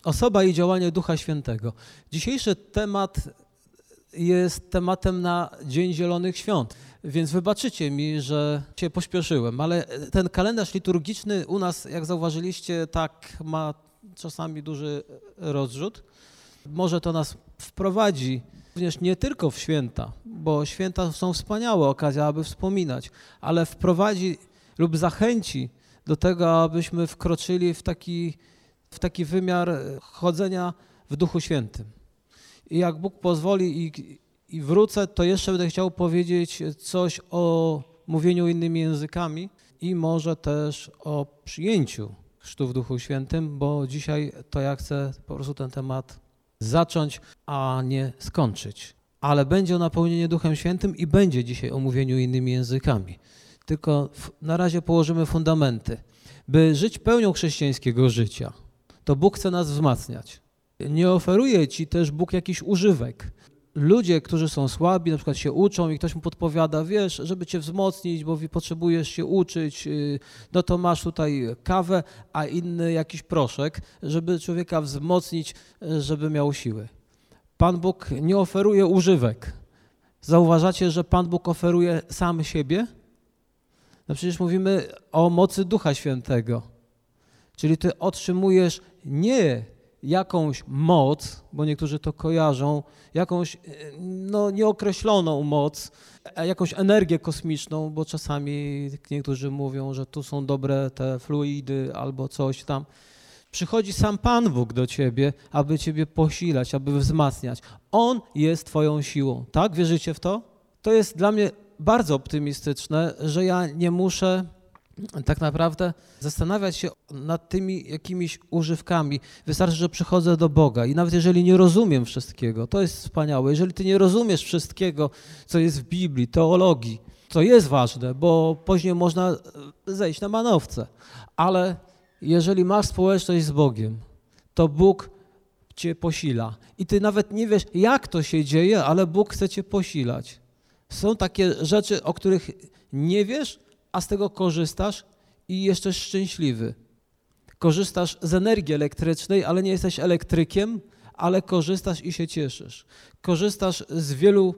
Osoba i działanie Ducha Świętego. Dzisiejszy temat jest tematem na Dzień Zielonych Świąt, więc wybaczycie mi, że się pośpieszyłem, ale ten kalendarz liturgiczny u nas, jak zauważyliście, tak ma czasami duży rozrzut. Może to nas wprowadzi również nie tylko w święta, bo święta są wspaniałe okazje, aby wspominać, ale wprowadzi lub zachęci do tego, abyśmy wkroczyli w taki wymiar chodzenia w Duchu Świętym. I jak Bóg pozwoli i wrócę, to jeszcze będę chciał powiedzieć coś o mówieniu innymi językami i może też o przyjęciu chrztu w Duchu Świętym, bo dzisiaj to ja chcę po prostu ten temat zacząć, a nie skończyć. Ale będzie o napełnieniu Duchem Świętym i będzie dzisiaj o mówieniu innymi językami. Tylko na razie położymy fundamenty. By żyć pełnią chrześcijańskiego życia, to Bóg chce nas wzmacniać. Nie oferuje ci też Bóg jakiś używek. Ludzie, którzy są słabi, na przykład się uczą i ktoś mu podpowiada, wiesz, żeby cię wzmocnić, bo potrzebujesz się uczyć, no to masz tutaj kawę, a inny jakiś proszek, żeby człowieka wzmocnić, żeby miał siły. Pan Bóg nie oferuje używek. Zauważacie, że Pan Bóg oferuje sam siebie? No przecież mówimy o mocy Ducha Świętego. Czyli ty otrzymujesz nie jakąś moc, bo niektórzy to kojarzą, jakąś nieokreśloną moc, jakąś energię kosmiczną, bo czasami niektórzy mówią, że tu są dobre te fluidy albo coś tam. Przychodzi sam Pan Bóg do ciebie, aby ciebie posilać, aby wzmacniać. On jest twoją siłą. Tak? Wierzycie w to? To jest dla mnie bardzo optymistyczne, że ja nie muszę tak naprawdę zastanawiać się nad tymi jakimiś używkami. Wystarczy, że przychodzę do Boga i nawet jeżeli nie rozumiem wszystkiego, to jest wspaniałe. Jeżeli ty nie rozumiesz wszystkiego, co jest w Biblii, teologii, to jest ważne, bo później można zejść na manowce. Ale jeżeli masz społeczność z Bogiem, to Bóg cię posila. I ty nawet nie wiesz, jak to się dzieje, ale Bóg chce cię posilać. Są takie rzeczy, o których nie wiesz, a z tego korzystasz i jesteś szczęśliwy. Korzystasz z energii elektrycznej, ale nie jesteś elektrykiem, ale korzystasz i się cieszysz. Korzystasz z wielu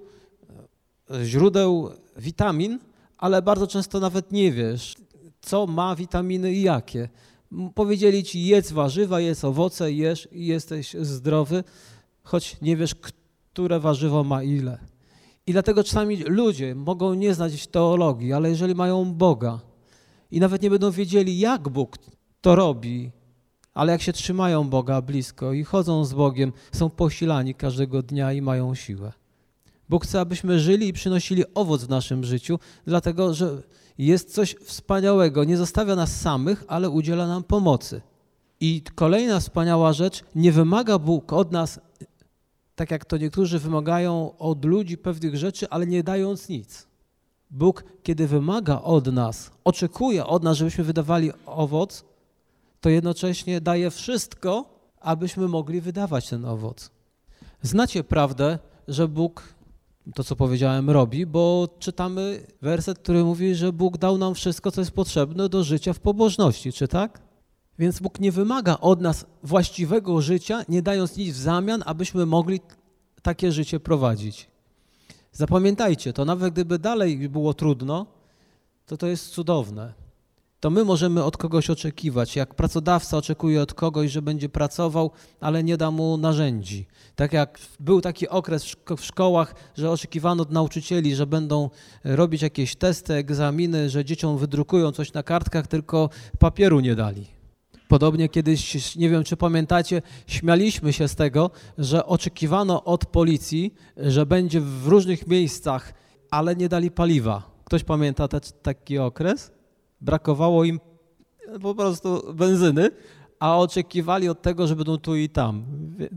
źródeł witamin, ale bardzo często nawet nie wiesz, co ma witaminy i jakie. Powiedzieli ci, jedz warzywa, jedz owoce, jesz i jesteś zdrowy, choć nie wiesz, które warzywo ma ile. I dlatego czasami ludzie mogą nie znać teologii, ale jeżeli mają Boga i nawet nie będą wiedzieli, jak Bóg to robi, ale jak się trzymają Boga blisko i chodzą z Bogiem, są posilani każdego dnia i mają siłę. Bóg chce, abyśmy żyli i przynosili owoc w naszym życiu, dlatego że jest coś wspaniałego. Nie zostawia nas samych, ale udziela nam pomocy. I kolejna wspaniała rzecz, nie wymaga Bóg od nas, tak jak to niektórzy wymagają od ludzi pewnych rzeczy, ale nie dając nic. Bóg, kiedy wymaga od nas, oczekuje od nas, żebyśmy wydawali owoc, to jednocześnie daje wszystko, abyśmy mogli wydawać ten owoc. Znacie prawdę, że Bóg, to co powiedziałem, robi, bo czytamy werset, który mówi, że Bóg dał nam wszystko, co jest potrzebne do życia w pobożności, czy tak? Więc Bóg nie wymaga od nas właściwego życia, nie dając nic w zamian, abyśmy mogli takie życie prowadzić. Zapamiętajcie to, nawet gdyby dalej było trudno, to jest cudowne. To my możemy od kogoś oczekiwać, jak pracodawca oczekuje od kogoś, że będzie pracował, ale nie da mu narzędzi. Tak jak był taki okres w szkołach, że oczekiwano od nauczycieli, że będą robić jakieś testy, egzaminy, że dzieciom wydrukują coś na kartkach, tylko papieru nie dali. Podobnie kiedyś, nie wiem czy pamiętacie, śmialiśmy się z tego, że oczekiwano od policji, że będzie w różnych miejscach, ale nie dali paliwa. Ktoś pamięta taki okres? Brakowało im po prostu benzyny, a oczekiwali od tego, że będą tu i tam.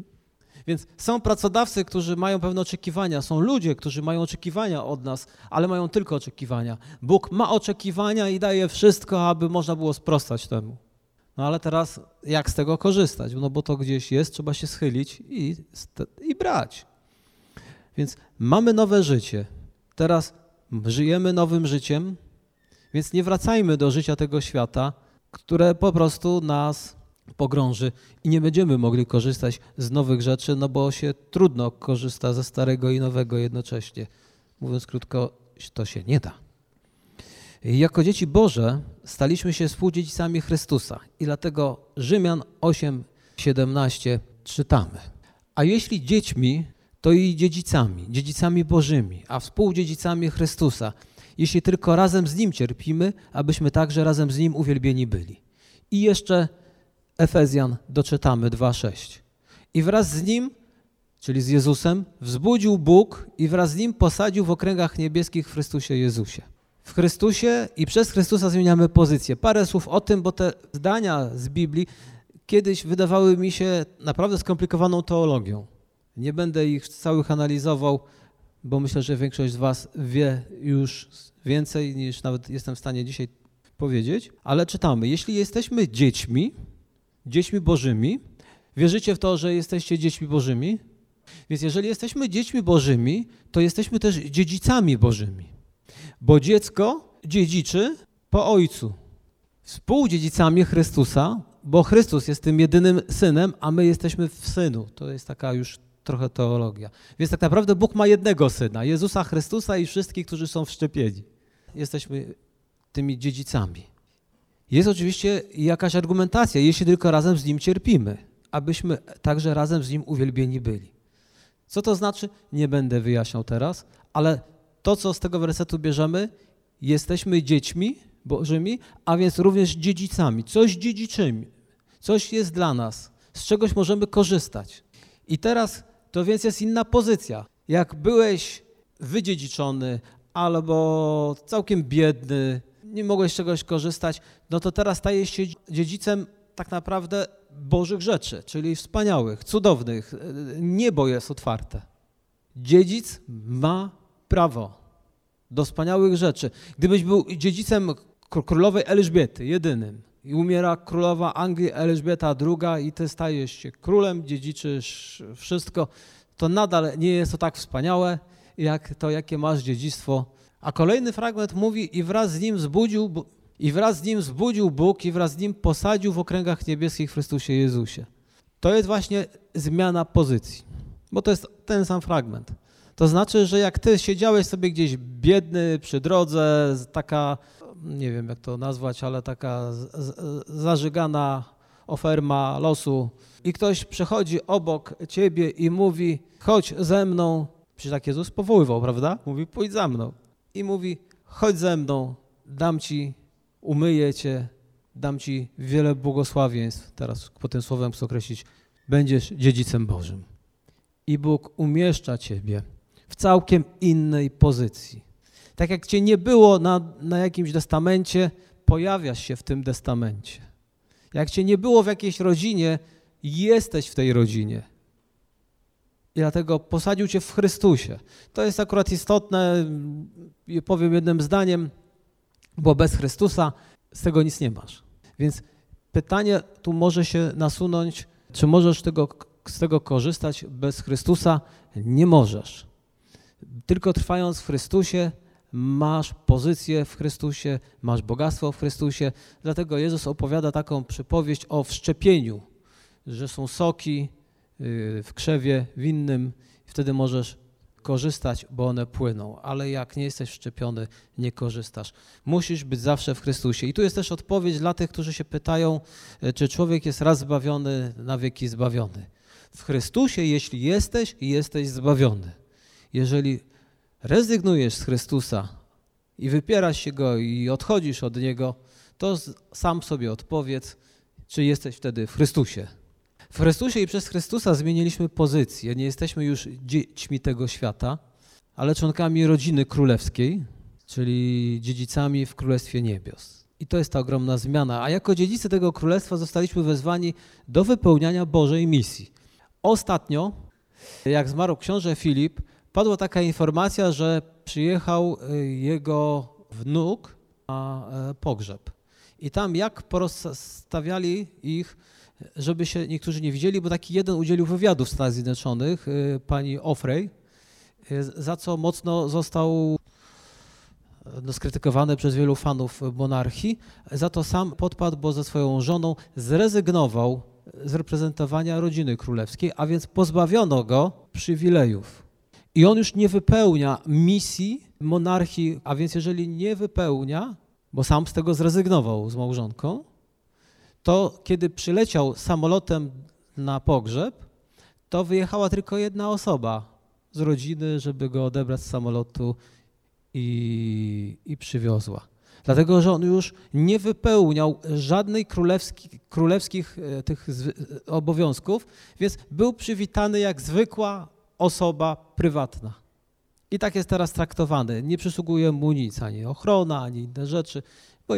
Więc są pracodawcy, którzy mają pewne oczekiwania, są ludzie, którzy mają oczekiwania od nas, ale mają tylko oczekiwania. Bóg ma oczekiwania i daje wszystko, aby można było sprostać temu. No ale teraz jak z tego korzystać? No bo to gdzieś jest, trzeba się schylić i brać. Więc mamy nowe życie. Teraz żyjemy nowym życiem, więc nie wracajmy do życia tego świata, które po prostu nas pogrąży i nie będziemy mogli korzystać z nowych rzeczy, no bo się trudno korzysta ze starego i nowego jednocześnie. Mówiąc krótko, to się nie da. Jako dzieci Boże staliśmy się współdziedzicami Chrystusa i dlatego Rzymian 8:17 czytamy. A jeśli dziećmi, to i dziedzicami Bożymi, a współdziedzicami Chrystusa, jeśli tylko razem z Nim cierpimy, abyśmy także razem z Nim uwielbieni byli. I jeszcze Efezjan doczytamy 2:6. I wraz z Nim, czyli z Jezusem, wzbudził Bóg i wraz z Nim posadził w okręgach niebieskich w Chrystusie Jezusie. W Chrystusie i przez Chrystusa zmieniamy pozycję. Parę słów o tym, bo te zdania z Biblii kiedyś wydawały mi się naprawdę skomplikowaną teologią. Nie będę ich całych analizował, bo myślę, że większość z was wie już więcej niż nawet jestem w stanie dzisiaj powiedzieć. Ale czytamy, jeśli jesteśmy dziećmi Bożymi, wierzycie w to, że jesteście dziećmi Bożymi? Więc jeżeli jesteśmy dziećmi Bożymi, to jesteśmy też dziedzicami Bożymi. Bo dziecko dziedziczy po ojcu. Współdziedzicami Chrystusa, bo Chrystus jest tym jedynym synem, a my jesteśmy w synu. To jest taka już trochę teologia. Więc tak naprawdę Bóg ma jednego syna, Jezusa Chrystusa i wszystkich, którzy są wszczepieni. Jesteśmy tymi dziedzicami. Jest oczywiście jakaś argumentacja, jeśli tylko razem z Nim cierpimy, abyśmy także razem z Nim uwielbieni byli. Co to znaczy? Nie będę wyjaśniał teraz, ale to, co z tego wersetu bierzemy, jesteśmy dziećmi Bożymi, a więc również dziedzicami. Coś dziedziczymy, coś jest dla nas, z czegoś możemy korzystać. I teraz to więc jest inna pozycja. Jak byłeś wydziedziczony albo całkiem biedny, nie mogłeś z czegoś korzystać, no to teraz stajesz się dziedzicem tak naprawdę Bożych rzeczy, czyli wspaniałych, cudownych. Niebo jest otwarte. Dziedzic ma prawo do wspaniałych rzeczy. Gdybyś był dziedzicem królowej Elżbiety, jedynym, i umiera królowa Anglii Elżbieta II i ty stajesz się królem, dziedziczysz wszystko, to nadal nie jest to tak wspaniałe, jak to, jakie masz dziedzictwo. A kolejny fragment mówi, i wraz z nim zbudził Bóg i wraz z nim posadził w okręgach niebieskich w Chrystusie Jezusie. To jest właśnie zmiana pozycji, bo to jest ten sam fragment. To znaczy, że jak ty siedziałeś sobie gdzieś biedny przy drodze, taka, nie wiem jak to nazwać, ale taka zażygana oferma losu i ktoś przechodzi obok ciebie i mówi, chodź ze mną, przecież tak Jezus powoływał, prawda? Mówi, pójdź za mną. I mówi, chodź ze mną, dam ci, umyję cię, dam ci wiele błogosławieństw. Teraz po tym słowem chcę określić, będziesz dziedzicem Bożym. I Bóg umieszcza ciebie w całkiem innej pozycji. Tak jak cię nie było na jakimś testamencie, pojawiasz się w tym testamencie. Jak cię nie było w jakiejś rodzinie, jesteś w tej rodzinie. I dlatego posadził cię w Chrystusie. To jest akurat istotne, powiem jednym zdaniem, bo bez Chrystusa z tego nic nie masz. Więc pytanie tu może się nasunąć, czy możesz z tego korzystać bez Chrystusa? Nie możesz. Tylko trwając w Chrystusie masz pozycję w Chrystusie, masz bogactwo w Chrystusie. Dlatego Jezus opowiada taką przypowieść o wszczepieniu, że są soki w krzewie winnym, wtedy możesz korzystać, bo one płyną, ale jak nie jesteś wszczepiony, nie korzystasz. Musisz być zawsze w Chrystusie. I tu jest też odpowiedź dla tych, którzy się pytają, czy człowiek jest raz zbawiony, na wieki zbawiony. W Chrystusie, jeśli jesteś zbawiony. Jeżeli rezygnujesz z Chrystusa i wypierasz się Go i odchodzisz od Niego, to sam sobie odpowiedz, czy jesteś wtedy w Chrystusie. W Chrystusie i przez Chrystusa zmieniliśmy pozycję. Nie jesteśmy już dziećmi tego świata, ale członkami rodziny królewskiej, czyli dziedzicami w Królestwie Niebios. I to jest ta ogromna zmiana. A jako dziedzice tego królestwa zostaliśmy wezwani do wypełniania Bożej misji. Ostatnio, jak zmarł książę Filip, padła taka informacja, że przyjechał jego wnuk na pogrzeb. I tam jak porozstawiali ich, żeby się niektórzy nie widzieli, bo taki jeden udzielił wywiadu w Stanach Zjednoczonych, pani Ofrey, za co mocno został skrytykowany przez wielu fanów monarchii. Za to sam podpadł, bo ze swoją żoną zrezygnował z reprezentowania rodziny królewskiej, a więc pozbawiono go przywilejów. I on już nie wypełnia misji monarchii, a więc jeżeli nie wypełnia, bo sam z tego zrezygnował z małżonką, to kiedy przyleciał samolotem na pogrzeb, to wyjechała tylko jedna osoba z rodziny, żeby go odebrać z samolotu i przywiozła. Dlatego, że on już nie wypełniał żadnej królewskich tych obowiązków, więc był przywitany jak zwykła osoba prywatna. I tak jest teraz traktowany. Nie przysługuje mu nic, ani ochrona, ani inne rzeczy, bo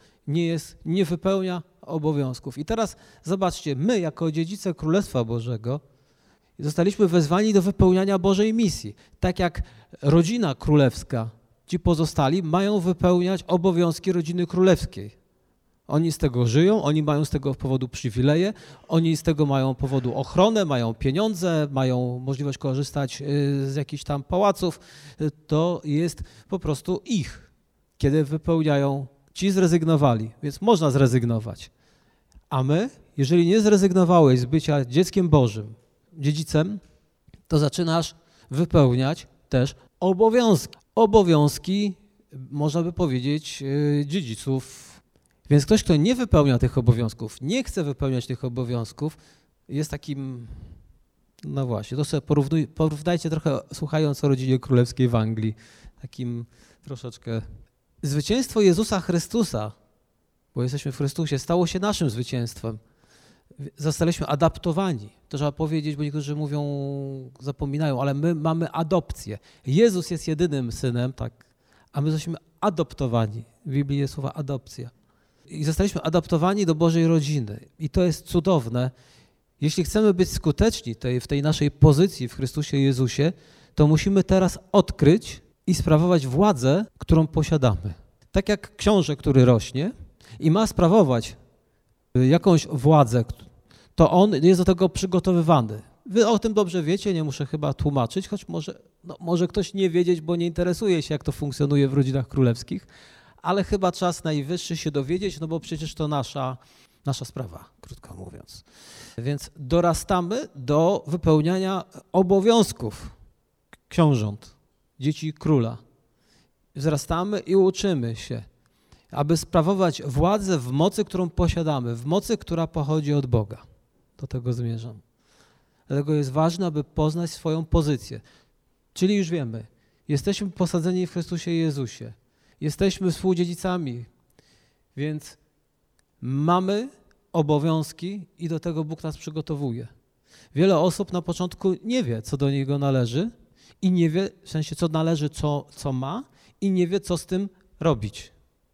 nie wypełnia obowiązków. I teraz zobaczcie, my jako dziedzice Królestwa Bożego zostaliśmy wezwani do wypełniania Bożej misji. Tak jak rodzina królewska, ci pozostali mają wypełniać obowiązki rodziny królewskiej. Oni z tego żyją, oni mają z tego powodu przywileje, oni z tego mają powodu ochronę, mają pieniądze, mają możliwość korzystać z jakichś tam pałaców. To jest po prostu ich, kiedy wypełniają. Ci zrezygnowali, więc można zrezygnować. A my, jeżeli nie zrezygnowałeś z bycia dzieckiem Bożym, dziedzicem, to zaczynasz wypełniać też obowiązki. Obowiązki, można by powiedzieć, dziedziców. Więc ktoś, kto nie wypełnia tych obowiązków, nie chce wypełniać tych obowiązków, jest takim, no właśnie, to sobie porównajcie trochę, słuchając o rodzinie królewskiej w Anglii, takim troszeczkę. Zwycięstwo Jezusa Chrystusa, bo jesteśmy w Chrystusie, stało się naszym zwycięstwem. Zostaliśmy adaptowani. To trzeba powiedzieć, bo niektórzy mówią, zapominają, ale my mamy adopcję. Jezus jest jedynym synem, tak, a my jesteśmy adoptowani. W Biblii jest słowa adopcja. I zostaliśmy adaptowani do Bożej rodziny. I to jest cudowne. Jeśli chcemy być skuteczni w tej naszej pozycji w Chrystusie Jezusie, to musimy teraz odkryć i sprawować władzę, którą posiadamy. Tak jak książę, który rośnie i ma sprawować jakąś władzę, to on jest do tego przygotowywany. Wy o tym dobrze wiecie, nie muszę chyba tłumaczyć, choć może ktoś nie wiedzieć, bo nie interesuje się, jak to funkcjonuje w rodzinach królewskich, ale chyba czas najwyższy się dowiedzieć, no bo przecież to nasza sprawa, krótko mówiąc. Więc dorastamy do wypełniania obowiązków książąt, dzieci króla. Wzrastamy i uczymy się, aby sprawować władzę w mocy, którą posiadamy, w mocy, która pochodzi od Boga. Do tego zmierzam. Dlatego jest ważne, aby poznać swoją pozycję. Czyli już wiemy, jesteśmy posadzeni w Chrystusie Jezusie. Jesteśmy współdziedzicami, więc mamy obowiązki i do tego Bóg nas przygotowuje. Wiele osób na początku nie wie, co do niego należy i nie wie, w sensie co należy, co ma i nie wie, co z tym robić.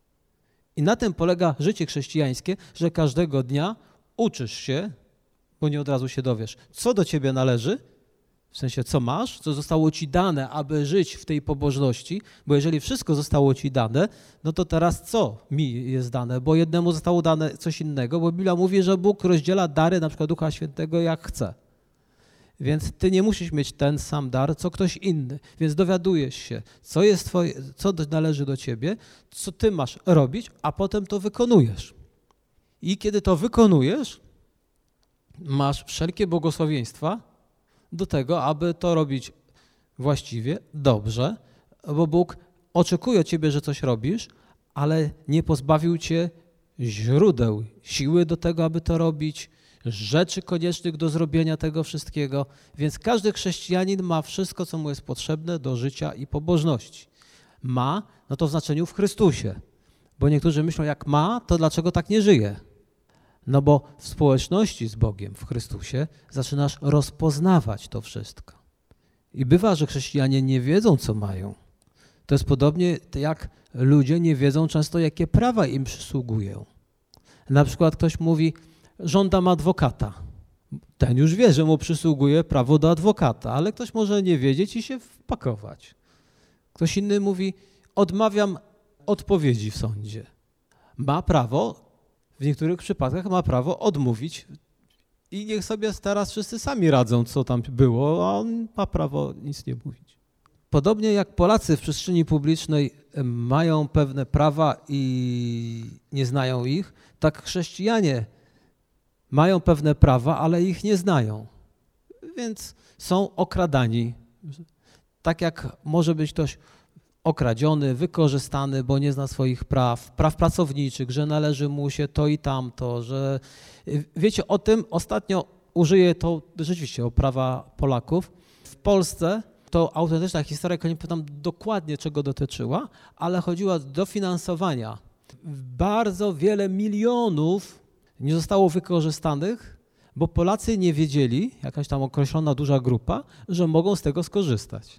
I na tym polega życie chrześcijańskie, że każdego dnia uczysz się, bo nie od razu się dowiesz, co do ciebie należy, w sensie co masz, co zostało ci dane, aby żyć w tej pobożności, bo jeżeli wszystko zostało ci dane, no to teraz co mi jest dane? Bo jednemu zostało dane coś innego, bo Biblia mówi, że Bóg rozdziela dary, na przykład Ducha Świętego, jak chce. Więc ty nie musisz mieć ten sam dar, co ktoś inny. Więc dowiadujesz się, co jest twoje, co należy do ciebie, co ty masz robić, a potem to wykonujesz. I kiedy to wykonujesz, masz wszelkie błogosławieństwa do tego, aby to robić właściwie, dobrze, bo Bóg oczekuje od ciebie, że coś robisz, ale nie pozbawił cię źródeł, siły do tego, aby to robić, rzeczy koniecznych do zrobienia tego wszystkiego, więc każdy chrześcijanin ma wszystko, co mu jest potrzebne do życia i pobożności. Ma, no to w znaczeniu w Chrystusie, bo niektórzy myślą, jak ma, to dlaczego tak nie żyje? No bo w społeczności z Bogiem w Chrystusie zaczynasz rozpoznawać to wszystko. I bywa, że chrześcijanie nie wiedzą, co mają. To jest podobnie jak ludzie nie wiedzą często, jakie prawa im przysługują. Na przykład ktoś mówi, żądam adwokata. Ten już wie, że mu przysługuje prawo do adwokata, ale ktoś może nie wiedzieć i się wpakować. Ktoś inny mówi, odmawiam odpowiedzi w sądzie. Ma prawo, w niektórych przypadkach ma prawo odmówić i niech sobie teraz wszyscy sami radzą, co tam było, a on ma prawo nic nie mówić. Podobnie jak Polacy w przestrzeni publicznej mają pewne prawa i nie znają ich, tak chrześcijanie mają pewne prawa, ale ich nie znają. Więc są okradani. Tak jak może być ktoś okradziony, wykorzystany, bo nie zna swoich praw pracowniczych, że należy mu się to i tamto, że wiecie o tym, ostatnio użyję to rzeczywiście o prawa Polaków. W Polsce to autentyczna historia, nie pamiętam dokładnie czego dotyczyła, ale chodziło o dofinansowania. Bardzo wiele milionów nie zostało wykorzystanych, bo Polacy nie wiedzieli, jakaś tam określona duża grupa, że mogą z tego skorzystać.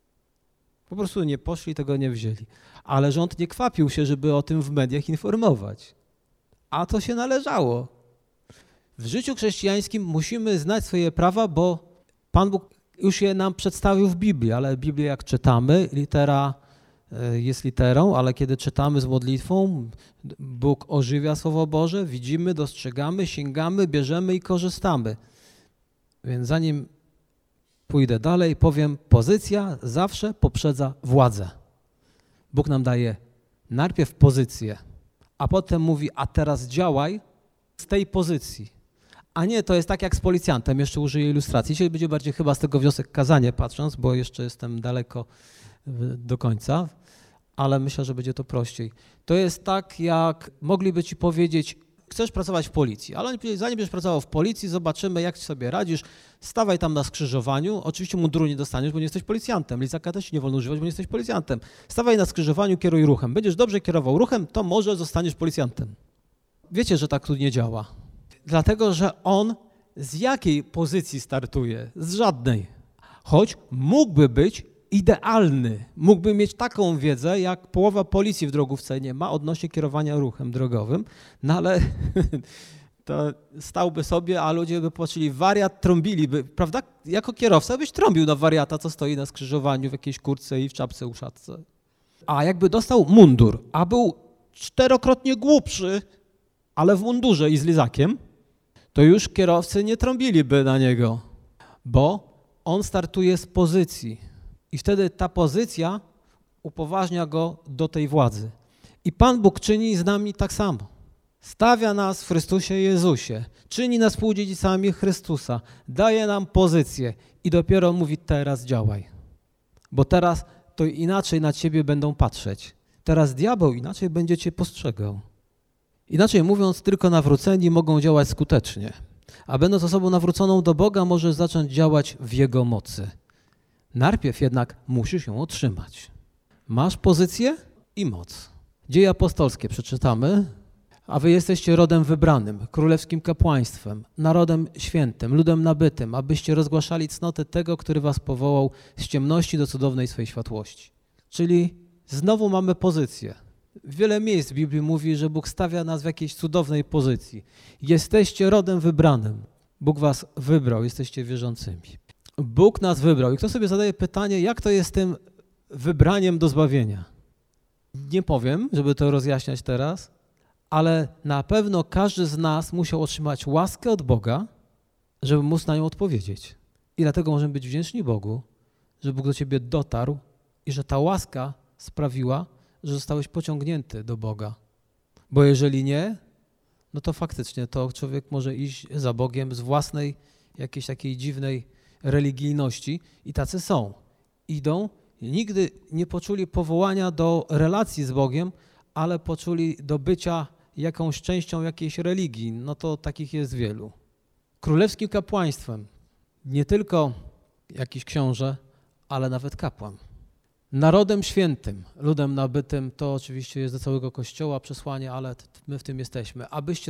Po prostu nie poszli, tego nie wzięli. Ale rząd nie kwapił się, żeby o tym w mediach informować. A to się należało. W życiu chrześcijańskim musimy znać swoje prawa, bo Pan Bóg już je nam przedstawił w Biblii, ale Biblię jak czytamy, litera jest literą, ale kiedy czytamy z modlitwą, Bóg ożywia Słowo Boże, widzimy, dostrzegamy, sięgamy, bierzemy i korzystamy. Więc zanim pójdę dalej, powiem, pozycja zawsze poprzedza władzę. Bóg nam daje najpierw pozycję, a potem mówi, a teraz działaj z tej pozycji. A nie, to jest tak jak z policjantem, jeszcze użyję ilustracji. Dzisiaj będzie bardziej chyba z tego wniosek kazanie patrząc, bo jeszcze jestem daleko do końca, ale myślę, że będzie to prościej. To jest tak, jak mogliby ci powiedzieć, chcesz pracować w policji, ale zanim będziesz pracował w policji, zobaczymy, jak sobie radzisz, stawaj tam na skrzyżowaniu, oczywiście munduru nie dostaniesz, bo nie jesteś policjantem, lizaka też nie wolno używać, bo nie jesteś policjantem. Stawaj na skrzyżowaniu, kieruj ruchem. Będziesz dobrze kierował ruchem, to może zostaniesz policjantem. Wiecie, że tak tu nie działa. Dlatego, że on z jakiej pozycji startuje? Z żadnej. Choć mógłby być idealny, mógłby mieć taką wiedzę, jak połowa policji w drogówce nie ma odnośnie kierowania ruchem drogowym, no ale to stałby sobie, a ludzie by patrzyli, wariat, trąbiliby, prawda? Jako kierowca byś trąbił na wariata, co stoi na skrzyżowaniu w jakiejś kurtce i w czapce uszatce. A jakby dostał mundur, a był 4-krotnie głupszy, ale w mundurze i z lizakiem, to już kierowcy nie trąbiliby na niego, bo on startuje z pozycji i wtedy ta pozycja upoważnia go do tej władzy. I Pan Bóg czyni z nami tak samo. Stawia nas w Chrystusie Jezusie, czyni nas współdziedzicami Chrystusa, daje nam pozycję i dopiero mówi, teraz działaj, bo teraz to inaczej na ciebie będą patrzeć. Teraz diabeł inaczej będzie cię postrzegał. Inaczej mówiąc, tylko nawróceni mogą działać skutecznie, a będąc osobą nawróconą do Boga, możesz zacząć działać w Jego mocy. Najpierw jednak musisz ją otrzymać. Masz pozycję i moc. Dzieje apostolskie przeczytamy, a wy jesteście rodem wybranym, królewskim kapłaństwem, narodem świętym, ludem nabytym, abyście rozgłaszali cnoty tego, który was powołał z ciemności do cudownej swej światłości. Czyli znowu mamy pozycję. Wiele miejsc w Biblii mówi, że Bóg stawia nas w jakiejś cudownej pozycji. Jesteście rodem wybranym. Bóg was wybrał, jesteście wierzącymi. Bóg nas wybrał. I kto sobie zadaje pytanie, jak to jest z tym wybraniem do zbawienia? Nie powiem, żeby to rozjaśniać teraz, ale na pewno każdy z nas musiał otrzymać łaskę od Boga, żeby móc na nią odpowiedzieć. I dlatego możemy być wdzięczni Bogu, że Bóg do ciebie dotarł i że ta łaska sprawiła, że zostałeś pociągnięty do Boga. Bo jeżeli nie, no to faktycznie to człowiek może iść za Bogiem z własnej jakiejś takiej dziwnej religijności i tacy są. Idą, nigdy nie poczuli powołania do relacji z Bogiem, ale poczuli do bycia jakąś częścią jakiejś religii. No to takich jest wielu. Królewskim kapłaństwem nie tylko jakiś książę, ale nawet kapłan. Narodem świętym, ludem nabytym, to oczywiście jest do całego Kościoła przesłanie, ale my w tym jesteśmy.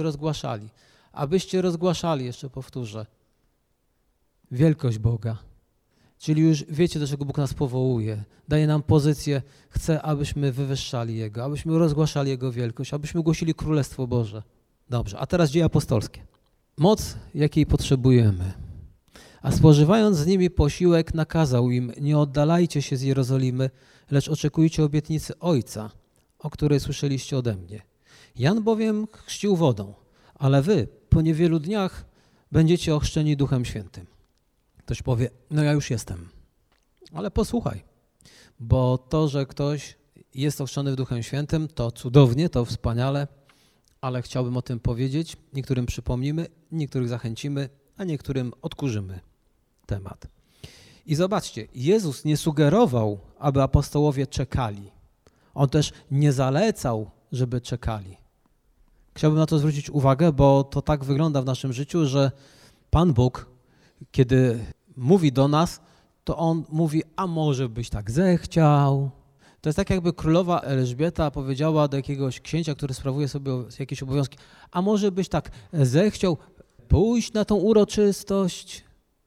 Abyście rozgłaszali, jeszcze powtórzę, wielkość Boga. Czyli już wiecie, do czego Bóg nas powołuje. Daje nam pozycję, chce, abyśmy wywyższali Jego, abyśmy rozgłaszali Jego wielkość, abyśmy głosili Królestwo Boże. Dobrze, a teraz dzieje apostolskie. Moc, jakiej potrzebujemy. A spożywając z nimi posiłek, nakazał im, nie oddalajcie się z Jerozolimy, lecz oczekujcie obietnicy Ojca, o której słyszeliście ode mnie. Jan bowiem chrzcił wodą, ale wy po niewielu dniach będziecie ochrzczeni Duchem Świętym. Ktoś powie, no ja już jestem, ale posłuchaj. bo to, że ktoś jest ochrzczony w Duchem Świętym, to cudownie, to wspaniale, ale chciałbym o tym powiedzieć. Niektórym przypomnimy, niektórych zachęcimy, a niektórym odkurzymy temat. I zobaczcie, Jezus nie sugerował, aby apostołowie czekali. On też nie zalecał, żeby czekali. Chciałbym na to zwrócić uwagę, bo to tak wygląda w naszym życiu, że Pan Bóg, kiedy mówi do nas, to On mówi, a może byś tak zechciał. To jest tak, jakby królowa Elżbieta powiedziała do jakiegoś księcia, który sprawuje sobie jakieś obowiązki, a może byś tak zechciał pójść na tą uroczystość?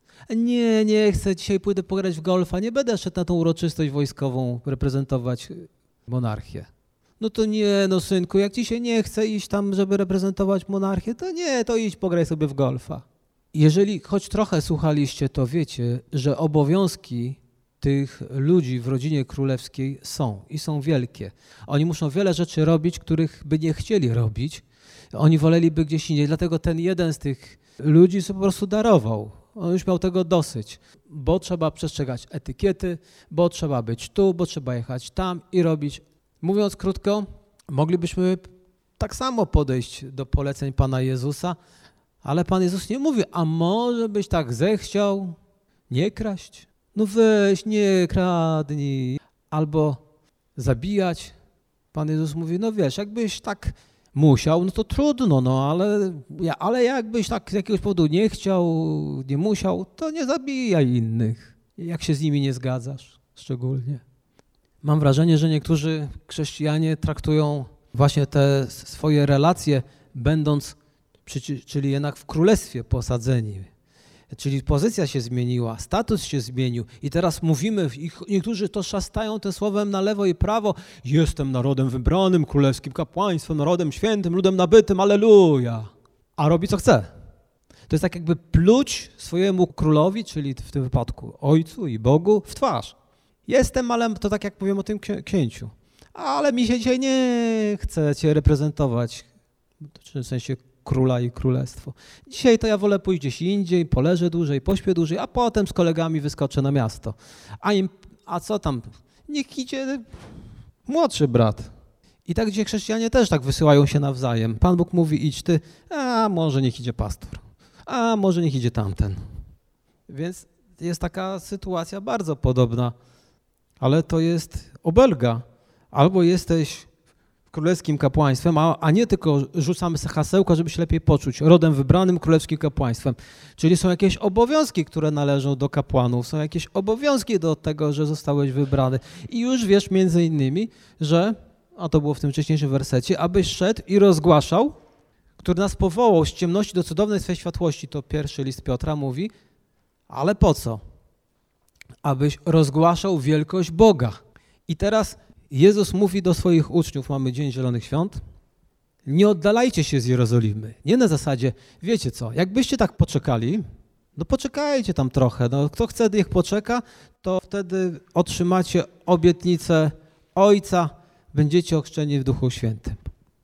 Nie chcę, dzisiaj pójdę pograć w golfa, nie będę szedł na tą uroczystość wojskową reprezentować monarchię. No to nie, no synku, jak ci się nie chce iść tam, żeby reprezentować monarchię, to nie, to idź pograj sobie w golfa. Jeżeli choć trochę słuchaliście, to wiecie, że obowiązki tych ludzi w rodzinie królewskiej są i są wielkie. Oni muszą wiele rzeczy robić, których by nie chcieli robić. Oni woleliby gdzieś indziej, dlatego ten jeden z tych ludzi sobie po prostu darował. On już miał tego dosyć, bo trzeba przestrzegać etykiety, bo trzeba być tu, bo trzeba jechać tam i robić. Mówiąc krótko, moglibyśmy tak samo podejść do poleceń Pana Jezusa, ale Pan Jezus nie mówi, a może byś tak zechciał nie kraść? No weź, nie kradnij. Albo zabijać. Pan Jezus mówi, no wiesz, jakbyś tak musiał, no to trudno, no ale jakbyś tak z jakiegoś powodu nie chciał, nie musiał, to nie zabijaj innych, jak się z nimi nie zgadzasz szczególnie. Mam wrażenie, że niektórzy chrześcijanie traktują właśnie te swoje relacje, będąc, czyli jednak w królestwie posadzeni. Czyli pozycja się zmieniła, status się zmienił i teraz mówimy, niektórzy to szastają tym słowem na lewo i prawo, jestem narodem wybranym, królewskim kapłaństwem, narodem świętym, ludem nabytym, alleluja. A robi co chce. To jest tak jakby pluć swojemu królowi, czyli w tym wypadku ojcu i Bogu, w twarz. Jestem, ale to tak jak powiem o tym księciu. Ale mi się dzisiaj nie chce cię reprezentować, w sensie króla i królestwo. Dzisiaj to ja wolę pójść gdzieś indziej, poleżę dłużej, pośpię dłużej, a potem z kolegami wyskoczę na miasto. A co tam? Niech idzie młodszy brat. I tak gdzie chrześcijanie też tak wysyłają się nawzajem. Pan Bóg mówi, idź ty, a może niech idzie pastor, a może niech idzie tamten. Więc jest taka sytuacja bardzo podobna, ale to jest obelga. Albo jesteś królewskim kapłaństwem, a nie tylko rzucamy sobie hasełka, żeby się lepiej poczuć, rodem wybranym królewskim kapłaństwem. Czyli są jakieś obowiązki, które należą do kapłanów, są jakieś obowiązki do tego, że zostałeś wybrany. I już wiesz między innymi, że, a to było w tym wcześniejszym wersecie, abyś szedł i rozgłaszał, który nas powołał z ciemności do cudownej swej światłości, to pierwszy list Piotra mówi, ale po co? Abyś rozgłaszał wielkość Boga. I teraz Jezus mówi do swoich uczniów, mamy Dzień Zielonych Świąt, nie oddalajcie się z Jerozolimy. Nie na zasadzie, wiecie co, jakbyście tak poczekali, no poczekajcie tam trochę, no kto chce, niech poczeka, to wtedy otrzymacie obietnicę Ojca, będziecie ochrzczeni w Duchu Świętym.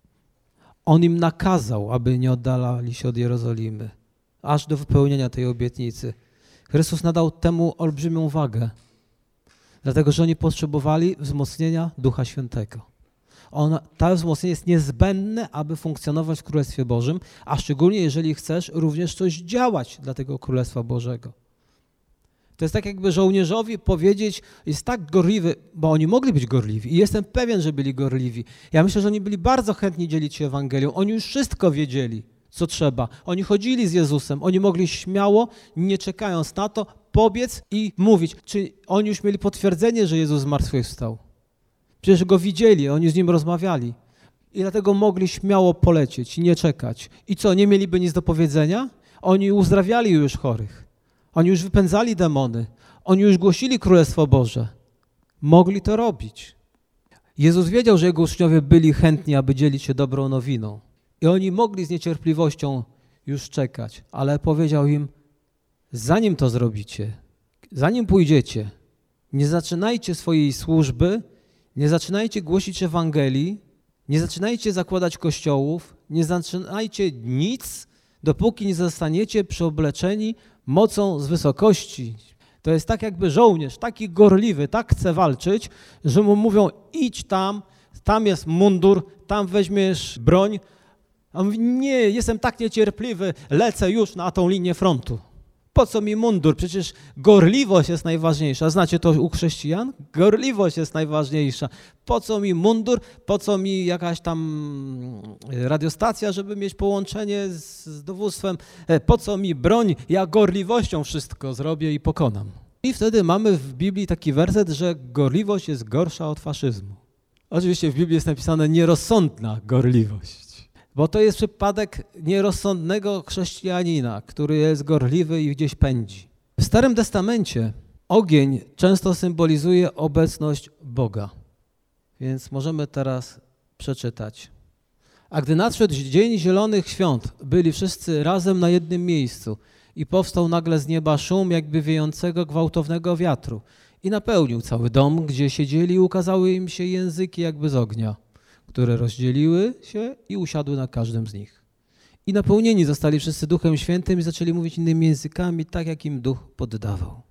On im nakazał, aby nie oddalali się od Jerozolimy, aż do wypełnienia tej obietnicy. Chrystus nadał temu olbrzymią wagę. Dlatego, że oni potrzebowali wzmocnienia Ducha Świętego. To wzmocnienie jest niezbędne, aby funkcjonować w Królestwie Bożym, a szczególnie jeżeli chcesz również coś działać dla tego Królestwa Bożego. To jest tak jakby żołnierzowi powiedzieć, jest tak gorliwy, bo oni mogli być gorliwi i jestem pewien, że byli gorliwi. Ja myślę, że oni byli bardzo chętni dzielić się Ewangelią. Oni już wszystko wiedzieli, co trzeba. Oni chodzili z Jezusem, oni mogli śmiało, nie czekając na to, pobiec i mówić. Czy oni już mieli potwierdzenie, że Jezus zmartwychwstał? Przecież Go widzieli, oni z Nim rozmawiali. I dlatego mogli śmiało polecieć i nie czekać. I co, nie mieliby nic do powiedzenia? Oni uzdrawiali już chorych. Oni już wypędzali demony. Oni już głosili Królestwo Boże. Mogli to robić. Jezus wiedział, że Jego uczniowie byli chętni, aby dzielić się dobrą nowiną. I oni mogli z niecierpliwością już czekać, ale powiedział im, zanim to zrobicie, zanim pójdziecie, nie zaczynajcie swojej służby, nie zaczynajcie głosić Ewangelii, nie zaczynajcie zakładać kościołów, nie zaczynajcie nic, dopóki nie zostaniecie przyobleczeni mocą z wysokości. To jest tak jakby żołnierz, taki gorliwy, tak chce walczyć, że mu mówią idź tam, tam jest mundur, tam weźmiesz broń. A on mówi nie, jestem tak niecierpliwy, lecę już na tą linię frontu. Po co mi mundur? Przecież gorliwość jest najważniejsza. Znacie to u chrześcijan? Gorliwość jest najważniejsza. Po co mi mundur? Po co mi jakaś tam radiostacja, żeby mieć połączenie z dowództwem? Po co mi broń? Ja gorliwością wszystko zrobię i pokonam. I wtedy mamy w Biblii taki werset, że gorliwość jest gorsza od faszyzmu. Oczywiście w Biblii jest napisane nierozsądna gorliwość. Bo to jest przypadek nierozsądnego chrześcijanina, który jest gorliwy i gdzieś pędzi. W Starym Testamencie ogień często symbolizuje obecność Boga. Więc możemy teraz przeczytać. A gdy nadszedł dzień Zielonych Świąt, byli wszyscy razem na jednym miejscu i powstał nagle z nieba szum jakby wiejącego gwałtownego wiatru i napełnił cały dom, gdzie siedzieli i ukazały im się języki jakby z ognia, które rozdzieliły się i usiadły na każdym z nich. I napełnieni zostali wszyscy Duchem Świętym i zaczęli mówić innymi językami, tak jak im Duch poddawał.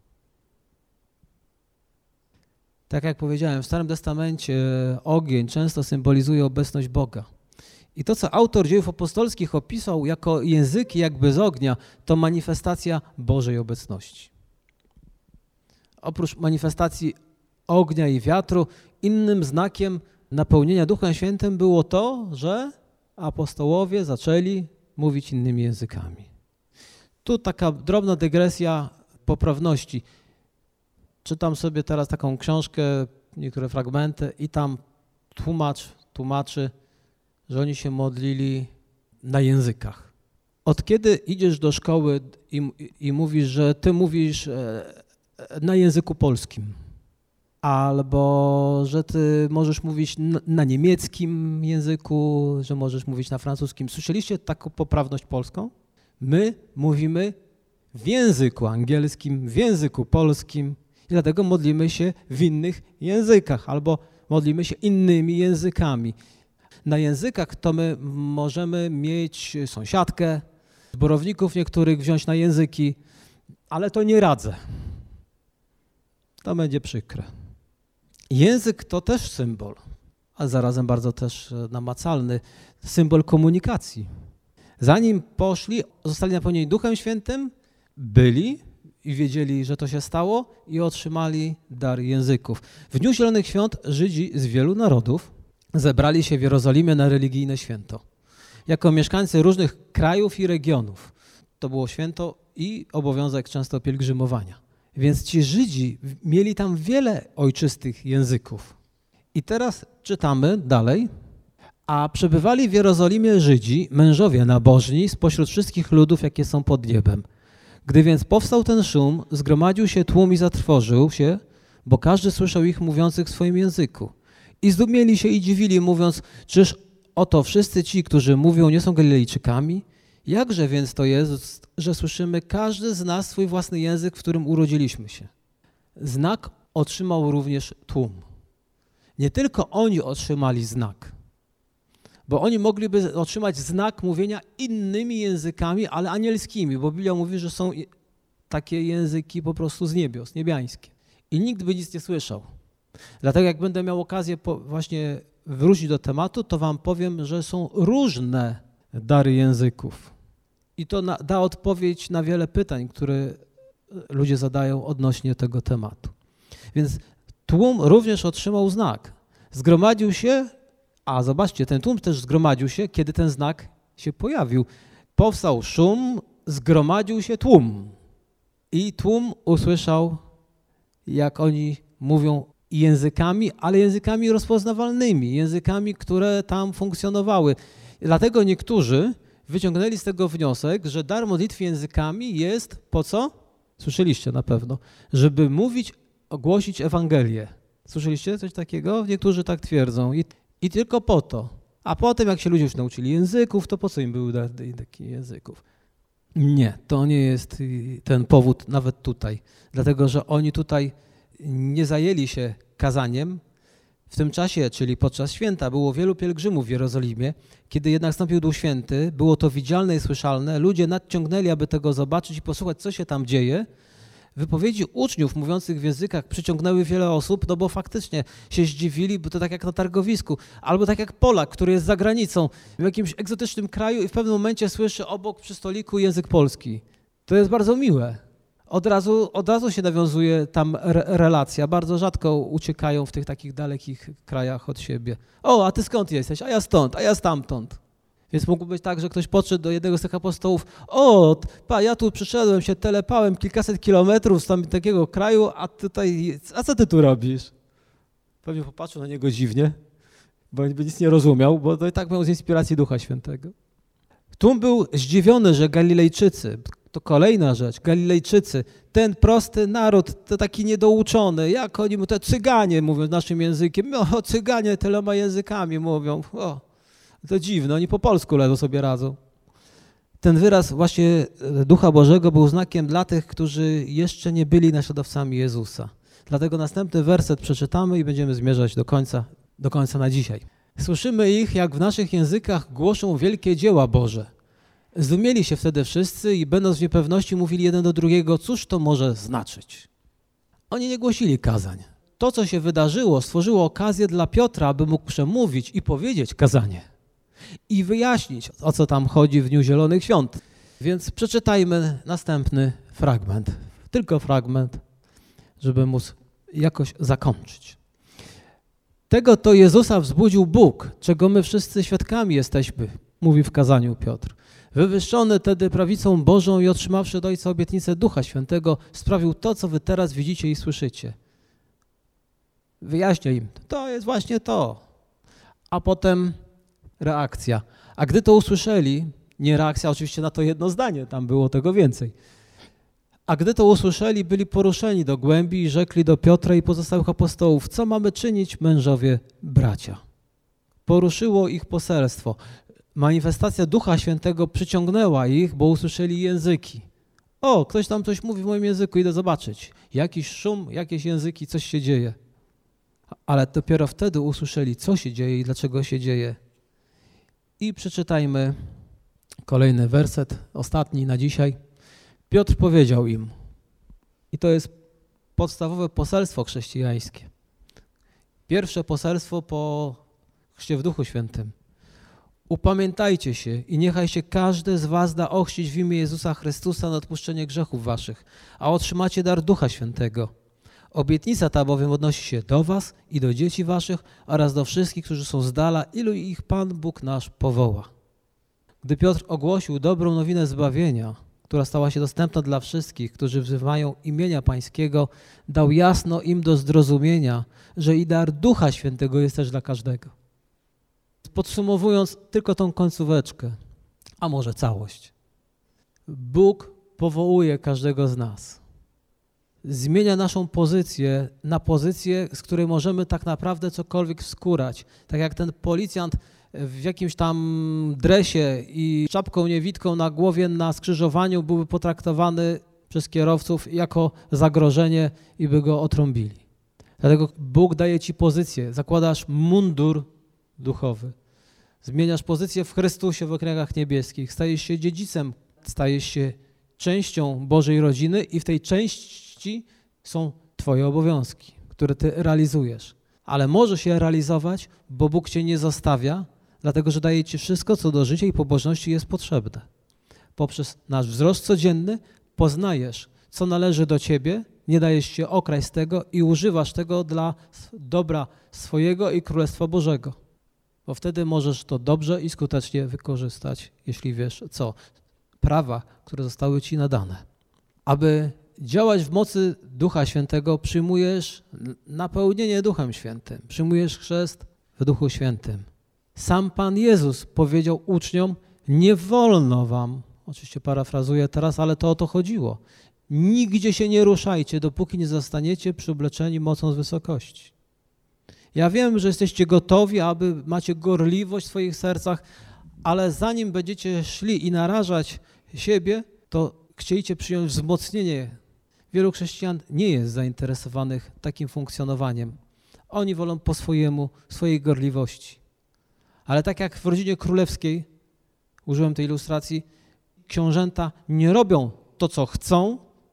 Tak jak powiedziałem, w Starym Testamencie ogień często symbolizuje obecność Boga. I to, co autor Dziejów Apostolskich opisał jako języki jakby z ognia, to manifestacja Bożej obecności. Oprócz manifestacji ognia i wiatru, innym znakiem napełnienia Duchem Świętym było to, że apostołowie zaczęli mówić innymi językami. Tu taka drobna dygresja poprawności. Czytam sobie teraz taką książkę, niektóre fragmenty i tam tłumacz tłumaczy, że oni się modlili na językach. Od kiedy idziesz do szkoły i mówisz, że ty mówisz na języku polskim, albo że ty możesz mówić na niemieckim języku, że możesz mówić na francuskim. Słyszeliście taką poprawność polską? My mówimy w języku angielskim, w języku polskim i dlatego modlimy się w innych językach albo modlimy się innymi językami. Na językach to my możemy mieć sąsiadkę, zborowników niektórych wziąć na języki, ale to nie radzę. To będzie przykre. Język to też symbol, a zarazem bardzo też namacalny, symbol komunikacji. Zanim poszli, zostali napełnieni Duchem Świętym, byli i wiedzieli, że to się stało i otrzymali dar języków. W Dniu Zielonych Świąt Żydzi z wielu narodów zebrali się w Jerozolimie na religijne święto. Jako mieszkańcy różnych krajów i regionów. To było święto i obowiązek często pielgrzymowania. Więc ci Żydzi mieli tam wiele ojczystych języków. I teraz czytamy dalej. A przebywali w Jerozolimie Żydzi, mężowie nabożni spośród wszystkich ludów, jakie są pod niebem. Gdy więc powstał ten szum, zgromadził się tłum i zatrwożył się, bo każdy słyszał ich mówiących w swoim języku. I zdumieli się i dziwili, mówiąc, czyż oto wszyscy ci, którzy mówią, nie są Galilejczykami? Jakże więc to jest, że słyszymy każdy z nas swój własny język, w którym urodziliśmy się? Znak otrzymał również tłum. Nie tylko oni otrzymali znak, bo oni mogliby otrzymać znak mówienia innymi językami, ale anielskimi, bo Biblia mówi, że są takie języki po prostu z niebios, niebiańskie. I nikt by nic nie słyszał. Dlatego jak będę miał okazję właśnie wrócić do tematu, to wam powiem, że są różne dary języków. I to da odpowiedź na wiele pytań, które ludzie zadają odnośnie tego tematu. Więc tłum również otrzymał znak. Zgromadził się, a zobaczcie, ten tłum też zgromadził się, kiedy ten znak się pojawił. Powstał szum, zgromadził się tłum. I tłum usłyszał, jak oni mówią językami, ale językami rozpoznawalnymi, językami, które tam funkcjonowały. Dlatego niektórzy wyciągnęli z tego wniosek, że dar modlitwy językami jest po co? Słyszeliście na pewno, żeby mówić, ogłosić Ewangelię. Słyszeliście coś takiego? Niektórzy tak twierdzą. I tylko po to. A potem, jak się ludzie już nauczyli języków, to po co im były takich języków? Nie, to nie jest ten powód nawet tutaj. Dlatego, że oni tutaj nie zajęli się kazaniem. W tym czasie, czyli podczas święta, było wielu pielgrzymów w Jerozolimie. Kiedy jednak nastąpił Duch Święty, było to widzialne i słyszalne. Ludzie nadciągnęli, aby tego zobaczyć i posłuchać, co się tam dzieje. Wypowiedzi uczniów mówiących w językach przyciągnęły wiele osób, no bo faktycznie się zdziwili, bo to tak jak na targowisku, albo tak jak Polak, który jest za granicą, w jakimś egzotycznym kraju i w pewnym momencie słyszy obok przy stoliku język polski. To jest bardzo miłe. Od razu się nawiązuje tam relacja. Bardzo rzadko uciekają w tych takich dalekich krajach od siebie. O, a ty skąd jesteś? A ja stąd, a ja stamtąd. Więc mógł być tak, że ktoś podszedł do jednego z tych apostołów. O, ja tu przyszedłem, się telepałem kilkaset kilometrów z takiego kraju, a co ty tu robisz? Pewnie popatrzył na niego dziwnie, bo nic nie rozumiał, bo to i tak miał z inspiracji Ducha Świętego. Tłum był zdziwiony, że Galilejczycy, to kolejna rzecz, Galilejczycy, ten prosty naród, to taki niedouczony, jak oni, te Cyganie mówią naszym językiem, no Cyganie tyloma językami mówią, to dziwne, oni po polsku ledwo sobie radzą. Ten wyraz właśnie Ducha Bożego był znakiem dla tych, którzy jeszcze nie byli naśladowcami Jezusa. Dlatego następny werset przeczytamy i będziemy zmierzać do końca na dzisiaj. Słyszymy ich, jak w naszych językach głoszą wielkie dzieła Boże. Zdumieli się wtedy wszyscy i będąc w niepewności mówili jeden do drugiego, cóż to może znaczyć. Oni nie głosili kazań. To, co się wydarzyło, stworzyło okazję dla Piotra, aby mógł przemówić i powiedzieć kazanie. I wyjaśnić, o co tam chodzi w Dniu Zielonych Świąt. Więc przeczytajmy następny fragment. Tylko fragment, żeby móc jakoś zakończyć. Tego to Jezusa wzbudził Bóg, czego my wszyscy świadkami jesteśmy, mówi w kazaniu Piotr. Wywyższony tedy prawicą Bożą i otrzymawszy od Ojca obietnicę Ducha Świętego, sprawił to, co wy teraz widzicie i słyszycie. Wyjaśnia im, to jest właśnie to. A potem reakcja. A gdy to usłyszeli, nie reakcja oczywiście na to jedno zdanie, tam było tego więcej. A gdy to usłyszeli, byli poruszeni do głębi i rzekli do Piotra i pozostałych apostołów, co mamy czynić, mężowie, bracia? Poruszyło ich poselstwo. Manifestacja Ducha Świętego przyciągnęła ich, bo usłyszeli języki. O, ktoś tam coś mówi w moim języku, idę zobaczyć. Jakiś szum, jakieś języki, coś się dzieje. Ale dopiero wtedy usłyszeli, co się dzieje i dlaczego się dzieje. I przeczytajmy kolejny werset, ostatni na dzisiaj. Piotr powiedział im, i to jest podstawowe poselstwo chrześcijańskie. Pierwsze poselstwo po chrzcie w Duchu Świętym. Upamiętajcie się i niechaj się każdy z was da ochrzcić w imię Jezusa Chrystusa na odpuszczenie grzechów waszych, a otrzymacie dar Ducha Świętego. Obietnica ta bowiem odnosi się do was i do dzieci waszych oraz do wszystkich, którzy są z dala, ilu ich Pan Bóg nasz powoła. Gdy Piotr ogłosił dobrą nowinę zbawienia, która stała się dostępna dla wszystkich, którzy wzywają imienia Pańskiego, dał jasno im do zrozumienia, że i dar Ducha Świętego jest też dla każdego. Podsumowując tylko tą końcóweczkę, a może całość. Bóg powołuje każdego z nas. Zmienia naszą pozycję na pozycję, z której możemy tak naprawdę cokolwiek wskórać. Tak jak ten policjant w jakimś tam dresie i czapką niewidką na głowie na skrzyżowaniu byłby potraktowany przez kierowców jako zagrożenie i by go otrąbili. Dlatego Bóg daje ci pozycję, zakładasz mundur duchowy. Zmieniasz pozycję w Chrystusie w okręgach niebieskich, stajesz się dziedzicem, stajesz się częścią Bożej rodziny i w tej części są twoje obowiązki, które ty realizujesz. Ale możesz je realizować, bo Bóg cię nie zostawia, dlatego że daje ci wszystko, co do życia i pobożności jest potrzebne. Poprzez nasz wzrost codzienny poznajesz, co należy do ciebie, nie dajesz się okraść z tego i używasz tego dla dobra swojego i Królestwa Bożego. Bo wtedy możesz to dobrze i skutecznie wykorzystać, jeśli wiesz co. Prawa, które zostały ci nadane. Aby działać w mocy Ducha Świętego, przyjmujesz napełnienie Duchem Świętym, przyjmujesz chrzest w Duchu Świętym. Sam Pan Jezus powiedział uczniom, nie wolno wam, oczywiście parafrazuję teraz, ale to o to chodziło, nigdzie się nie ruszajcie, dopóki nie zostaniecie przyobleczeni mocą z wysokości. Ja wiem, że jesteście gotowi, aby macie gorliwość w swoich sercach, ale zanim będziecie szli i narażać siebie, to chcieliście przyjąć wzmocnienie. Wielu chrześcijan nie jest zainteresowanych takim funkcjonowaniem. Oni wolą po swojemu, swojej gorliwości. Ale tak jak w rodzinie królewskiej, użyłem tej ilustracji, książęta nie robią to, co chcą,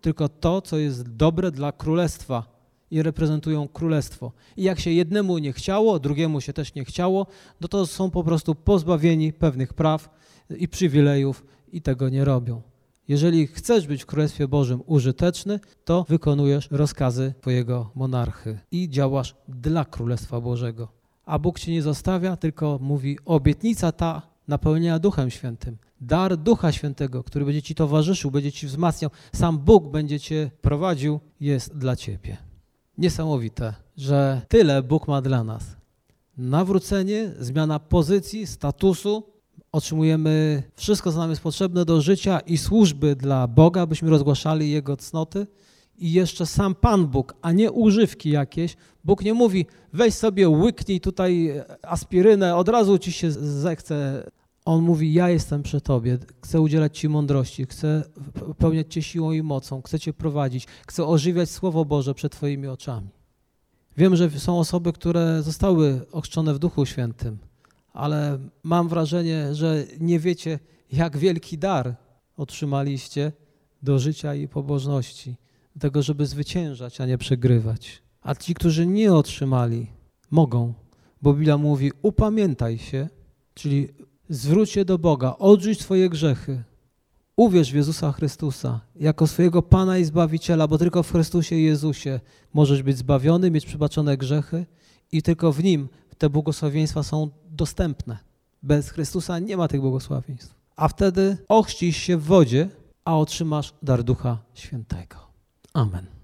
tylko to, co jest dobre dla królestwa i reprezentują królestwo. I jak się jednemu nie chciało, drugiemu się też nie chciało, no to są po prostu pozbawieni pewnych praw i przywilejów i tego nie robią. Jeżeli chcesz być w Królestwie Bożym użyteczny, to wykonujesz rozkazy twojego monarchy i działasz dla Królestwa Bożego. A Bóg cię nie zostawia, tylko mówi, obietnica ta napełnienia Duchem Świętym. Dar Ducha Świętego, który będzie ci towarzyszył, będzie ci wzmacniał, sam Bóg będzie cię prowadził, jest dla ciebie. Niesamowite, że tyle Bóg ma dla nas. Nawrócenie, zmiana pozycji, statusu, otrzymujemy wszystko, co nam jest potrzebne do życia i służby dla Boga, abyśmy rozgłaszali Jego cnoty i jeszcze sam Pan Bóg, a nie używki jakieś. Bóg nie mówi, weź sobie, łyknij tutaj aspirynę, od razu ci się zechce. On mówi, ja jestem przy tobie, chcę udzielać ci mądrości, chcę pełniać cię siłą i mocą, chcę cię prowadzić, chcę ożywiać Słowo Boże przed twoimi oczami. Wiem, że są osoby, które zostały ochrzczone w Duchu Świętym, ale mam wrażenie, że nie wiecie, jak wielki dar otrzymaliście do życia i pobożności, do tego, żeby zwyciężać, a nie przegrywać. A ci, którzy nie otrzymali, mogą, bo Biblia mówi, upamiętaj się, czyli zwróć się do Boga, odrzuć swoje grzechy, uwierz w Jezusa Chrystusa jako swojego Pana i Zbawiciela, bo tylko w Chrystusie Jezusie możesz być zbawiony, mieć przebaczone grzechy i tylko w Nim te błogosławieństwa są dostępne. Bez Chrystusa nie ma tych błogosławieństw. A wtedy ochrzcisz się w wodzie, a otrzymasz dar Ducha Świętego. Amen.